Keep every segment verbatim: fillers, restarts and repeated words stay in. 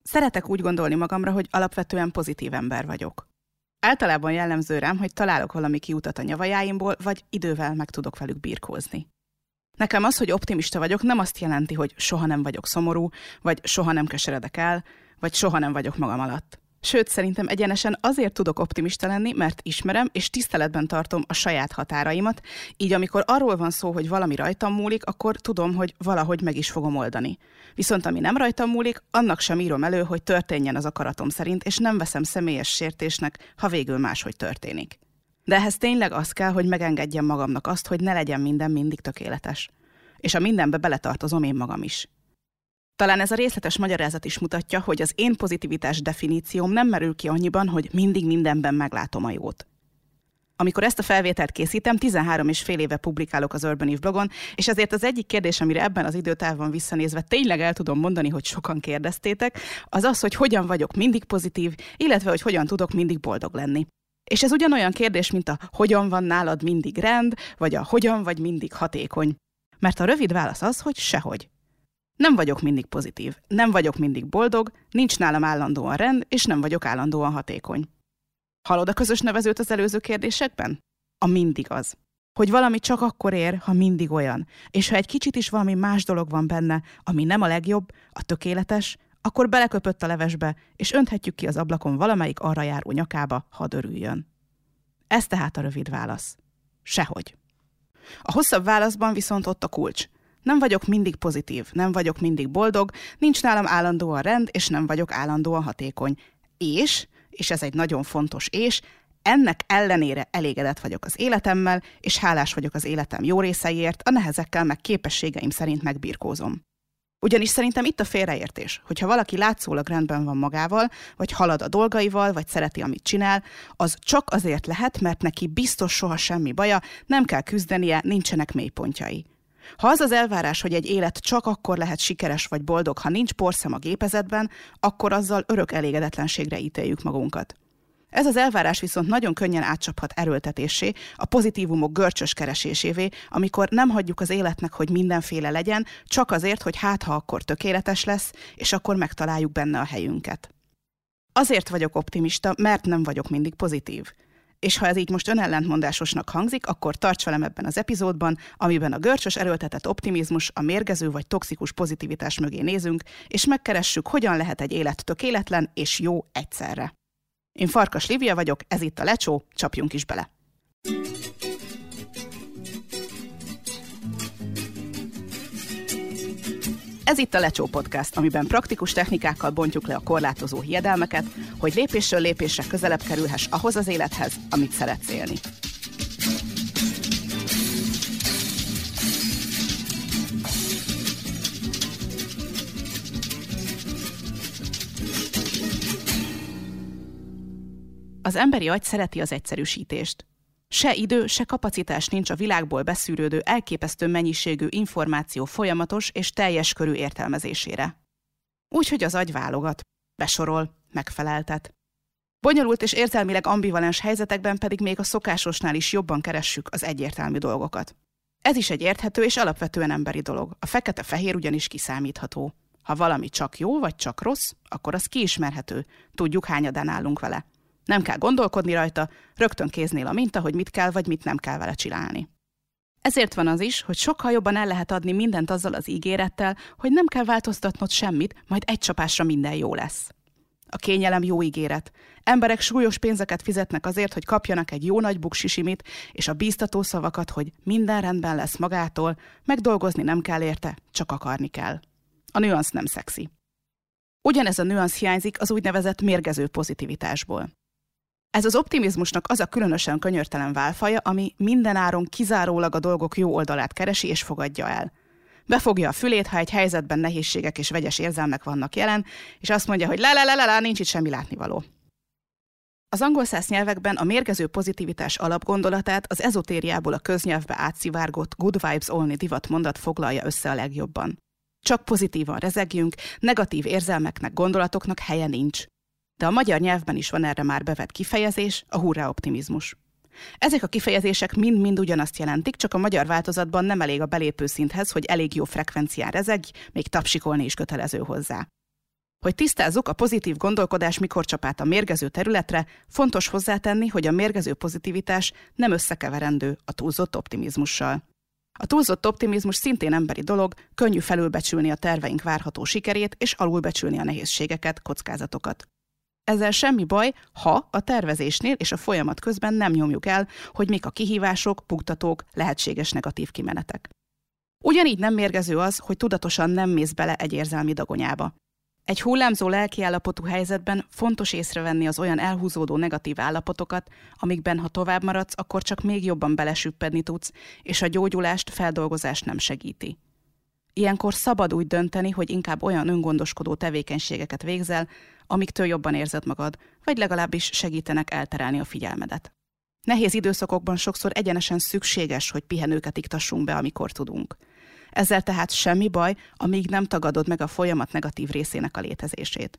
Szeretek úgy gondolni magamra, hogy alapvetően pozitív ember vagyok. Általában jellemző rám, hogy találok valami kiutat a nyavajáimból, vagy idővel meg tudok velük birkózni. Nekem az, hogy optimista vagyok, nem azt jelenti, hogy soha nem vagyok szomorú, vagy soha nem keseredek el, vagy soha nem vagyok magam alatt. Sőt, szerintem egyenesen azért tudok optimista lenni, mert ismerem és tiszteletben tartom a saját határaimat, így amikor arról van szó, hogy valami rajtam múlik, akkor tudom, hogy valahogy meg is fogom oldani. Viszont ami nem rajtam múlik, annak sem írom elő, hogy történjen az akaratom szerint, és nem veszem személyes sértésnek, ha végül máshogy történik. De ehhez tényleg az kell, hogy megengedjem magamnak azt, hogy ne legyen minden mindig tökéletes. És a mindenbe beletartozom én magam is. Talán ez a részletes magyarázat is mutatja, hogy az én pozitivitás definícióm nem merül ki annyiban, hogy mindig mindenben meglátom a jót. Amikor ezt a felvételt készítem, tizenhárom és fél éve publikálok az Urban Eve blogon, és ezért az egyik kérdés, amire ebben az időtávon visszanézve tényleg el tudom mondani, hogy sokan kérdeztétek, az az, hogy hogyan vagyok mindig pozitív, illetve hogy hogyan tudok mindig boldog lenni. És ez ugyanolyan kérdés, mint a hogyan van nálad mindig rend, vagy a hogyan vagy mindig hatékony. Mert a rövid válasz az, hogy sehogy. Nem vagyok mindig pozitív, nem vagyok mindig boldog, nincs nálam állandóan rend, és nem vagyok állandóan hatékony. Hallod a közös nevezőt az előző kérdésekben? A mindig az. Hogy valami csak akkor ér, ha mindig olyan, és ha egy kicsit is valami más dolog van benne, ami nem a legjobb, a tökéletes, akkor beleköpött a levesbe, és önthetjük ki az ablakon valamelyik arra járó nyakába, hadd örüljön. Ez tehát a rövid válasz. Sehogy. A hosszabb válaszban viszont ott a kulcs. Nem vagyok mindig pozitív, nem vagyok mindig boldog, nincs nálam állandóan rend, és nem vagyok állandóan hatékony. És, és ez egy nagyon fontos és, ennek ellenére elégedett vagyok az életemmel, és hálás vagyok az életem jó részeiért, a nehezekkel meg képességeim szerint megbirkózom. Ugyanis szerintem itt a félreértés, hogyha valaki látszólag rendben van magával, vagy halad a dolgaival, vagy szereti, amit csinál, az csak azért lehet, mert neki biztos soha semmi baja, nem kell küzdenie, nincsenek mélypontjai. Ha az az elvárás, hogy egy élet csak akkor lehet sikeres vagy boldog, ha nincs porszem a gépezetben, akkor azzal örök elégedetlenségre ítéljük magunkat. Ez az elvárás viszont nagyon könnyen átcsaphat erőltetésé, a pozitívumok görcsös keresésévé, amikor nem hagyjuk az életnek, hogy mindenféle legyen, csak azért, hogy hát ha akkor tökéletes lesz, és akkor megtaláljuk benne a helyünket. Azért vagyok optimista, mert nem vagyok mindig pozitív. És ha ez így most önellentmondásosnak hangzik, akkor tarts velem ebben az epizódban, amiben a görcsös erőltetett optimizmus, a mérgező vagy toxikus pozitivitás mögé nézünk, és megkeressük, hogyan lehet egy élet tökéletlen és jó egyszerre. Én Farkas Lívia vagyok, ez itt a Lecsó, csapjunk is bele! Ez itt a Lecsó Podcast, amiben praktikus technikákkal bontjuk le a korlátozó hiedelmeket, hogy lépésről lépésre közelebb kerülhess ahhoz az élethez, amit szeretsz élni. Az emberi agy szereti az egyszerűsítést. Se idő, se kapacitás nincs a világból beszűrődő, elképesztő mennyiségű információ folyamatos és teljes körű értelmezésére. Úgyhogy az agy válogat, besorol, megfeleltet. Bonyolult és érzelmileg ambivalens helyzetekben pedig még a szokásosnál is jobban keressük az egyértelmű dolgokat. Ez is egy érthető és alapvetően emberi dolog. A fekete-fehér ugyanis kiszámítható. Ha valami csak jó vagy csak rossz, akkor az kiismerhető, tudjuk hányadán állunk vele. Nem kell gondolkodni rajta, rögtön kéznél a minta, hogy mit kell vagy mit nem kell vele csinálni. Ezért van az is, hogy sokkal jobban el lehet adni mindent azzal az ígérettel, hogy nem kell változtatnod semmit, majd egy csapásra minden jó lesz. A kényelem jó ígéret. Emberek súlyos pénzeket fizetnek azért, hogy kapjanak egy jó nagy buksisimit, és a bíztató szavakat, hogy minden rendben lesz magától, megdolgozni nem kell érte, csak akarni kell. A nüansz nem szexi. Ugyanez a nüansz hiányzik az úgynevezett mérgező pozitivitásból. Ez az optimizmusnak az a különösen könyörtelen válfaja, ami mindenáron kizárólag a dolgok jó oldalát keresi és fogadja el. Befogja a fülét, ha egy helyzetben nehézségek és vegyes érzelmek vannak jelen, és azt mondja, hogy lá-lá-lá-lá, nincs itt semmi látnivaló. Az angolszász nyelvekben a mérgező pozitivitás alapgondolatát az ezotériából a köznyelvbe átszivárgott good vibes only divat mondat foglalja össze a legjobban. Csak pozitívan rezegjünk, negatív érzelmeknek, gondolatoknak helye nincs. De a magyar nyelvben is van erre már bevett kifejezés, a hurrá optimizmus. Ezek a kifejezések mind-mind ugyanazt jelentik, csak a magyar változatban nem elég a belépő szinthez, hogy elég jó frekvencián rezegj, még tapsikolni is kötelező hozzá. Hogy tisztázzuk a pozitív gondolkodás mikor csap át a mérgező területre, fontos hozzátenni, hogy a mérgező pozitivitás nem összekeverendő a túlzott optimizmussal. A túlzott optimizmus szintén emberi dolog, könnyű felülbecsülni a terveink várható sikerét és alulbecsülni a nehézségeket, kockázatokat. Ezzel semmi baj, ha a tervezésnél és a folyamat közben nem nyomjuk el, hogy mik a kihívások, buktatók, lehetséges negatív kimenetek. Ugyanígy nem mérgező az, hogy tudatosan nem mész bele egy érzelmi dagonyába. Egy hullámzó lelkiállapotú helyzetben fontos észrevenni az olyan elhúzódó negatív állapotokat, amikben ha tovább maradsz, akkor csak még jobban belesüppedni tudsz, és a gyógyulást, feldolgozást nem segíti. Ilyenkor szabad úgy dönteni, hogy inkább olyan öngondoskodó tevékenységeket végzel, amiktől jobban érzed magad, vagy legalábbis segítenek elterelni a figyelmedet. Nehéz időszakokban sokszor egyenesen szükséges, hogy pihenőket iktassunk be, amikor tudunk. Ezzel tehát semmi baj, amíg nem tagadod meg a folyamat negatív részének a létezését.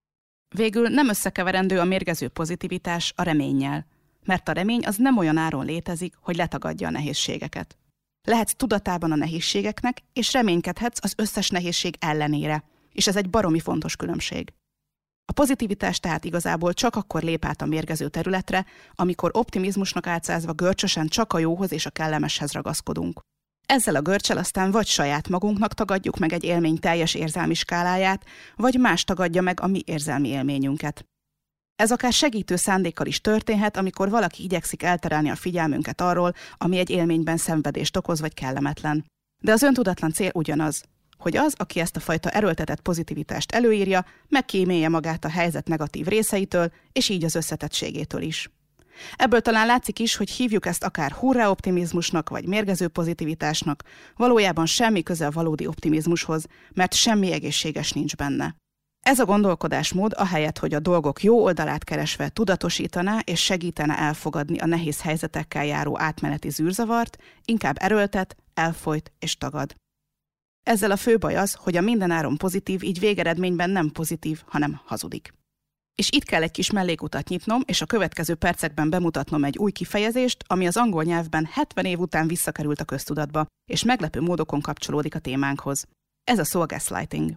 Végül nem összekeverendő a mérgező pozitivitás a reménnyel, mert a remény az nem olyan áron létezik, hogy letagadja a nehézségeket. Lehetsz tudatában a nehézségeknek, és reménykedhetsz az összes nehézség ellenére, és ez egy baromi fontos különbség. A pozitivitás tehát igazából csak akkor lép át a mérgező területre, amikor optimizmusnak álcázva görcsösen csak a jóhoz és a kellemeshez ragaszkodunk. Ezzel a görccsel aztán vagy saját magunknak tagadjuk meg egy élmény teljes érzelmi skáláját, vagy más tagadja meg a mi érzelmi élményünket. Ez akár segítő szándékkal is történhet, amikor valaki igyekszik elterelni a figyelmünket arról, ami egy élményben szenvedést okoz vagy kellemetlen. De az öntudatlan cél ugyanaz, hogy az, aki ezt a fajta erőltetett pozitivitást előírja, megkímélje magát a helyzet negatív részeitől, és így az összetettségétől is. Ebből talán látszik is, hogy hívjuk ezt akár hurrá optimizmusnak vagy mérgező pozitivitásnak, valójában semmi köze a valódi optimizmushoz, mert semmi egészséges nincs benne. Ez a gondolkodásmód ahelyett, hogy a dolgok jó oldalát keresve tudatosítaná és segítene elfogadni a nehéz helyzetekkel járó átmeneti zűrzavart, inkább erőltet, elfolyt és tagad. Ezzel a fő baj az, hogy a mindenáron pozitív, így végeredményben nem pozitív, hanem hazudik. És itt kell egy kis mellékutat nyitnom, és a következő percekben bemutatnom egy új kifejezést, ami az angol nyelvben hetven év után visszakerült a köztudatba, és meglepő módokon kapcsolódik a témánkhoz. Ez a szó a gaslighting.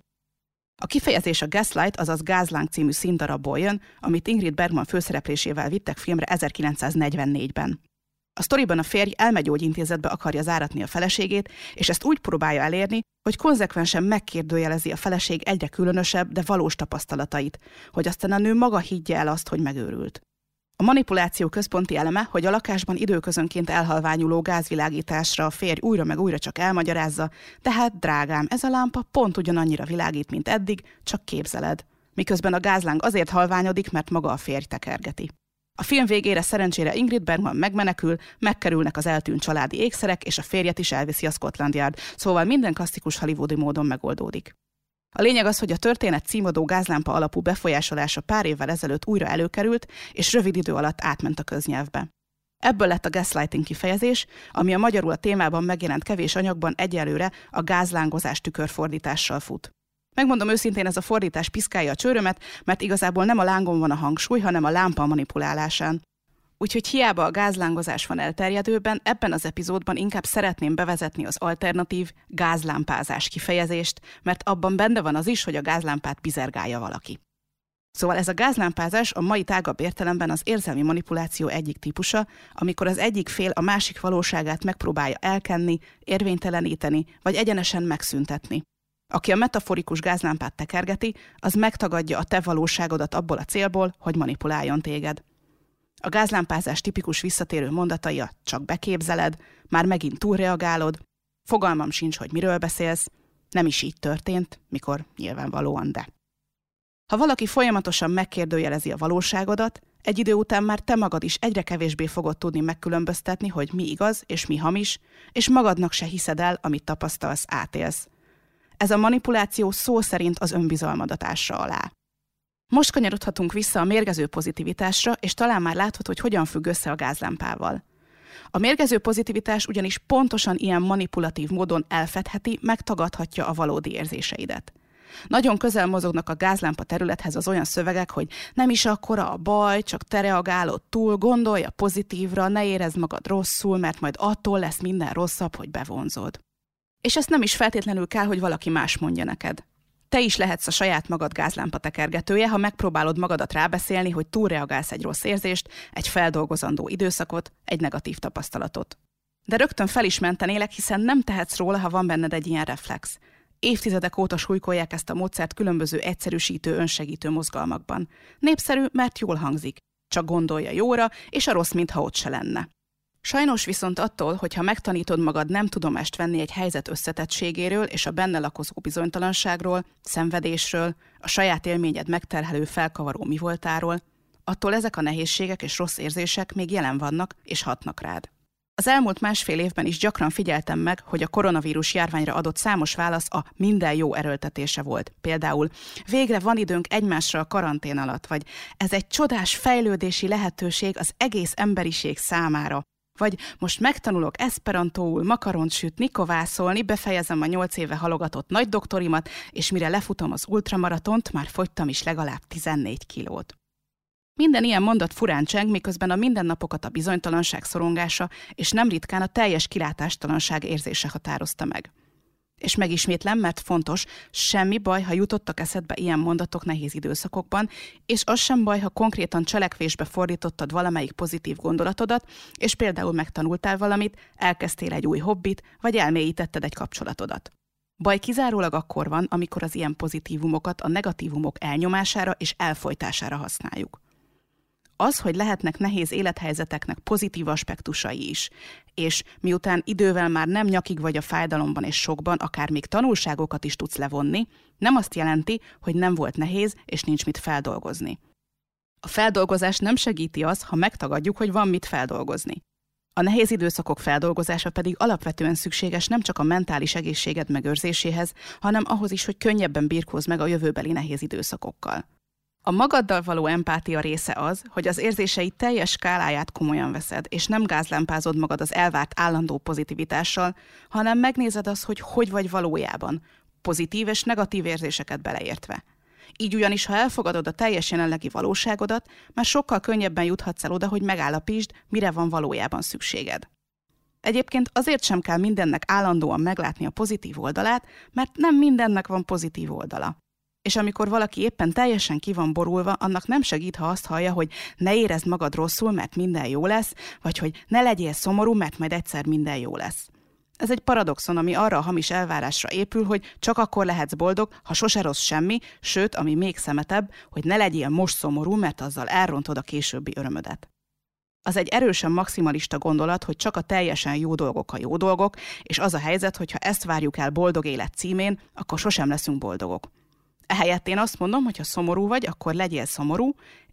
A kifejezés a Gaslight, azaz Gázláng című színdarabból jön, amit Ingrid Bergman főszereplésével vittek filmre ezerkilencszáznegyvennégyben. A sztoriban a férj elmegyógyintézetbe akarja záratni a feleségét, és ezt úgy próbálja elérni, hogy konzekvensen megkérdőjelezi a feleség egyre különösebb, de valós tapasztalatait, hogy aztán a nő maga higgye el azt, hogy megőrült. A manipuláció központi eleme, hogy a lakásban időközönként elhalványuló gázvilágításra a férj újra meg újra csak elmagyarázza, tehát drágám, ez a lámpa pont ugyanannyira világít, mint eddig, csak képzeled. Miközben a gázláng azért halványodik, mert maga a férj tekergeti. A film végére szerencsére Ingrid Bergman megmenekül, megkerülnek az eltűnt családi ékszerek, és a férjet is elviszi a Scotland Yard, szóval minden klasszikus hollywoodi módon megoldódik. A lényeg az, hogy a történet címadó gázlámpa alapú befolyásolása pár évvel ezelőtt újra előkerült, és rövid idő alatt átment a köznyelvbe. Ebből lett a gaslighting kifejezés, ami a magyarul a témában megjelent kevés anyagban egyelőre a gázlángozás tükörfordítással fut. Megmondom őszintén, ez a fordítás piszkálja a csőrömet, mert igazából nem a lángon van a hangsúly, hanem a lámpa manipulálásán. Úgyhogy hiába a gázlángozás van elterjedőben, ebben az epizódban inkább szeretném bevezetni az alternatív gázlámpázás kifejezést, mert abban benne van az is, hogy a gázlámpát bizergálja valaki. Szóval ez a gázlámpázás a mai tágabb értelemben az érzelmi manipuláció egyik típusa, amikor az egyik fél a másik valóságát megpróbálja elkenni, érvényteleníteni, vagy egyenesen megszüntetni. Aki a metaforikus gázlámpát tekergeti, az megtagadja a te valóságodat abból a célból, hogy manipuláljon téged. A gázlámpázás tipikus visszatérő mondatai a csak beképzeled, már megint túlreagálod, fogalmam sincs, hogy miről beszélsz, nem is így történt, mikor nyilvánvalóan de. Ha valaki folyamatosan megkérdőjelezi a valóságodat, egy idő után már te magad is egyre kevésbé fogod tudni megkülönböztetni, hogy mi igaz és mi hamis, és magadnak se hiszed el, amit tapasztalsz, átélsz. Ez a manipuláció szó szerint az önbizalmadat ássa alá. Most kanyarodhatunk vissza a mérgező pozitivitásra, és talán már láthatod, hogy hogyan függ össze a gázlámpával. A mérgező pozitivitás ugyanis pontosan ilyen manipulatív módon elfedheti, megtagadhatja a valódi érzéseidet. Nagyon közel mozognak a gázlámpa területhez az olyan szövegek, hogy nem is akkora a baj, csak te reagálod túl, gondolj a pozitívra, ne érezd magad rosszul, mert majd attól lesz minden rosszabb, hogy bevonzod. És ezt nem is feltétlenül kell, hogy valaki más mondja neked. Te is lehetsz a saját magad gázlámpa tekergetője, ha megpróbálod magadat rábeszélni, hogy túlreagálsz egy rossz érzést, egy feldolgozandó időszakot, egy negatív tapasztalatot. De rögtön fel is mentenélek, hiszen nem tehetsz róla, ha van benned egy ilyen reflex. Évtizedek óta súlykolják ezt a módszert különböző egyszerűsítő, önsegítő mozgalmakban. Népszerű, mert jól hangzik. Csak gondolja jóra, és a rossz, mintha ott se lenne. Sajnos viszont attól, hogyha megtanítod magad nem tudomást venni egy helyzet összetettségéről és a benne lakozó bizonytalanságról, szenvedésről, a saját élményed megterhelő, felkavaró mivoltáról, attól ezek a nehézségek és rossz érzések még jelen vannak és hatnak rád. Az elmúlt másfél évben is gyakran figyeltem meg, hogy a koronavírus járványra adott számos válasz a minden jó erőltetése volt. Például végre van időnk egymásra a karantén alatt, vagy ez egy csodás fejlődési lehetőség az egész emberiség számára. Vagy most megtanulok eszperantóul makaront sütni, kovászolni, befejezem a nyolc éve halogatott nagy doktorimat, és mire lefutom az ultramaratont, már fogytam is legalább tizennégy kilót. Minden ilyen mondat furán cseng, miközben a mindennapokat a bizonytalanság szorongása, és nem ritkán a teljes kilátástalanság érzése határozta meg. És megismétlem, mert fontos, semmi baj, ha jutottak eszedbe ilyen mondatok nehéz időszakokban, és az sem baj, ha konkrétan cselekvésbe fordítottad valamelyik pozitív gondolatodat, és például megtanultál valamit, elkezdtél egy új hobbit, vagy elmélyítetted egy kapcsolatodat. Baj kizárólag akkor van, amikor az ilyen pozitívumokat a negatívumok elnyomására és elfojtására használjuk. Az, hogy lehetnek nehéz élethelyzeteknek pozitív aspektusai is, és miután idővel már nem nyakig vagy a fájdalomban és sokban, akár még tanulságokat is tudsz levonni, nem azt jelenti, hogy nem volt nehéz és nincs mit feldolgozni. A feldolgozás nem segíti az, ha megtagadjuk, hogy van mit feldolgozni. A nehéz időszakok feldolgozása pedig alapvetően szükséges nem csak a mentális egészséged megőrzéséhez, hanem ahhoz is, hogy könnyebben birkózz meg a jövőbeli nehéz időszakokkal. A magaddal való empátia része az, hogy az érzéseid teljes skáláját komolyan veszed, és nem gázlámpázod magad az elvárt állandó pozitivitással, hanem megnézed azt, hogy hogy vagy valójában, pozitív és negatív érzéseket beleértve. Így ugyanis, ha elfogadod a teljes jelenlegi valóságodat, már sokkal könnyebben juthatsz el oda, hogy megállapítsd, mire van valójában szükséged. Egyébként azért sem kell mindennek állandóan meglátni a pozitív oldalát, mert nem mindennek van pozitív oldala. És amikor valaki éppen teljesen ki van borulva, annak nem segít, ha azt hallja, hogy ne érezd magad rosszul, mert minden jó lesz, vagy hogy ne legyél szomorú, mert majd egyszer minden jó lesz. Ez egy paradoxon, ami arra a hamis elvárásra épül, hogy csak akkor lehetsz boldog, ha sose rossz semmi, sőt, ami még szemetebb, hogy ne legyél most szomorú, mert azzal elrontod a későbbi örömödet. Az egy erősen maximalista gondolat, hogy csak a teljesen jó dolgok a jó dolgok, és az a helyzet, hogy ha ezt várjuk el boldog élet címén, akkor sosem leszünk boldogok. Ehelyett én azt mondom, hogy ha szomorú vagy, akkor legyél szomorú,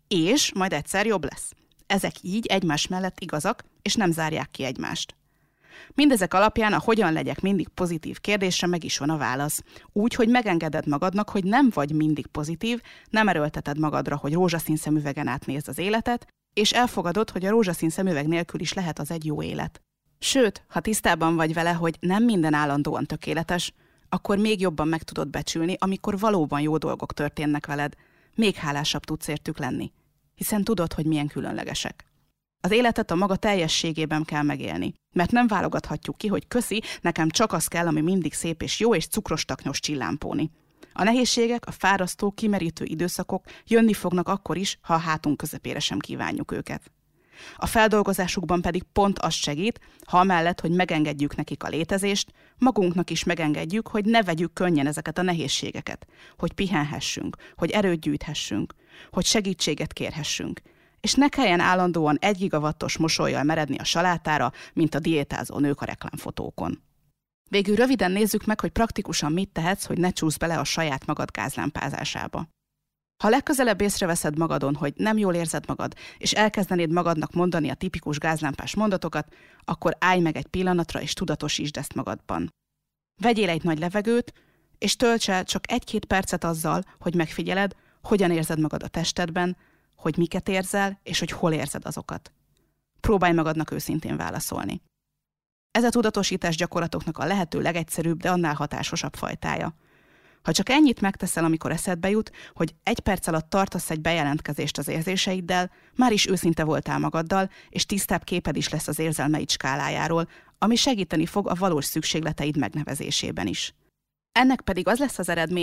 és majd egyszer jobb lesz. Ezek így egymás mellett igazak, és nem zárják ki egymást. Mindezek alapján a hogyan legyek mindig pozitív kérdésre meg is van a válasz. Úgy, hogy megengeded magadnak, hogy nem vagy mindig pozitív, nem erőlteted magadra, hogy rózsaszín szemüvegen átnézd az életet, és elfogadod, hogy a rózsaszín szemüveg nélkül is lehet az egy jó élet. Sőt, ha tisztában vagy vele, hogy nem minden állandóan tökéletes, akkor még jobban meg tudod becsülni, amikor valóban jó dolgok történnek veled, még hálásabb tudsz értük lenni, hiszen tudod, hogy milyen különlegesek. Az életet a maga teljességében kell megélni, mert nem válogathatjuk ki, hogy köszi, nekem csak az kell, ami mindig szép és jó és cukros taknyos csillámpóni. A nehézségek, a fárasztó, kimerítő időszakok jönni fognak akkor is, ha a hátunk közepére sem kívánjuk őket. A feldolgozásukban pedig pont azt segít, ha amellett, hogy megengedjük nekik a létezést, magunknak is megengedjük, hogy ne vegyük könnyen ezeket a nehézségeket, hogy pihenhessünk, hogy erőt gyűjthessünk, hogy segítséget kérhessünk, és ne kelljen állandóan egy gigawattos mosollyal meredni a salátára, mint a diétázó nők a reklámfotókon. Végül röviden nézzük meg, hogy praktikusan mit tehetsz, hogy ne csúszz bele a saját magad gázlámpázásába. Ha legközelebb észreveszed magadon, hogy nem jól érzed magad, és elkezdenéd magadnak mondani a tipikus gázlámpás mondatokat, akkor állj meg egy pillanatra, és tudatosítsd ezt magadban. Vegyél egy nagy levegőt, és tölts el csak egy-két percet azzal, hogy megfigyeled, hogyan érzed magad a testedben, hogy miket érzel, és hogy hol érzed azokat. Próbálj magadnak őszintén válaszolni. Ez a tudatosítás gyakorlatoknak a lehető legegyszerűbb, de annál hatásosabb fajtája. Ha csak ennyit megteszel, amikor eszedbe jut, hogy egy perc alatt tartasz egy bejelentkezést az érzéseiddel, már is őszinte voltál magaddal, és tisztább képed is lesz az érzelmeid skálájáról, ami segíteni fog a valós szükségleteid megnevezésében is. Ennek pedig az lesz az eredménye,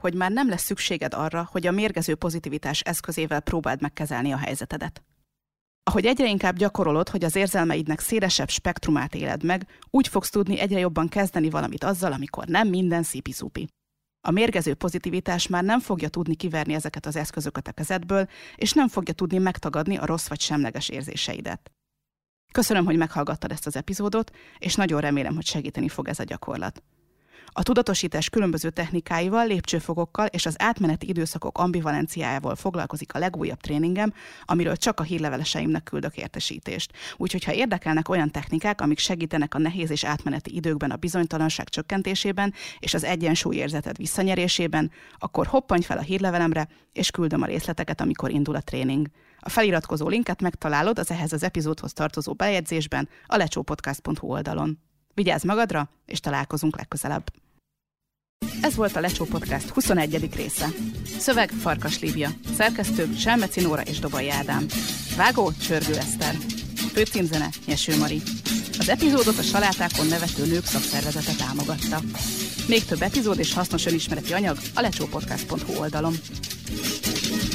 hogy már nem lesz szükséged arra, hogy a mérgező pozitivitás eszközével próbáld megkezelni a helyzetedet. Ahogy egyre inkább gyakorolod, hogy az érzelmeidnek szélesebb spektrumát éled meg, úgy fogsz tudni egyre jobban kezdeni valamit azzal, amikor nem minden szipi-szupi. A mérgező pozitivitás már nem fogja tudni kiverni ezeket az eszközöket a kezedből, és nem fogja tudni megtagadni a rossz vagy semleges érzéseidet. Köszönöm, hogy meghallgattad ezt az epizódot, és nagyon remélem, hogy segíteni fog ez a gyakorlat. A tudatosítás különböző technikáival, lépcsőfokokkal és az átmeneti időszakok ambivalenciájával foglalkozik a legújabb tréningem, amiről csak a hírleveleseimnek küldök értesítést. Úgyhogy ha érdekelnek olyan technikák, amik segítenek a nehéz és átmeneti időkben a bizonytalanság csökkentésében és az egyensúlyérzeted visszanyerésében, akkor hoppanj fel a hírlevelemre, és küldöm a részleteket, amikor indul a tréning. A feliratkozó linket megtalálod az ehhez az epizódhoz tartozó bejegyzésben a lecsópodcast pont hu oldalon. Vigyázz magadra, és találkozunk legközelebb! Ez volt a Lecsó Podcast huszonegyedik része. Szöveg Farkas Lívia, szerkesztők Selmeci Nóra és Dobai Ádám. Vágó Csörgő Eszter. Főcímzene Nyeső Mari. Az epizódot a Salátákon nevető nők szakszervezete támogatta. Még több epizód és hasznos önismereti anyag a lecsópodcast pont hu oldalon.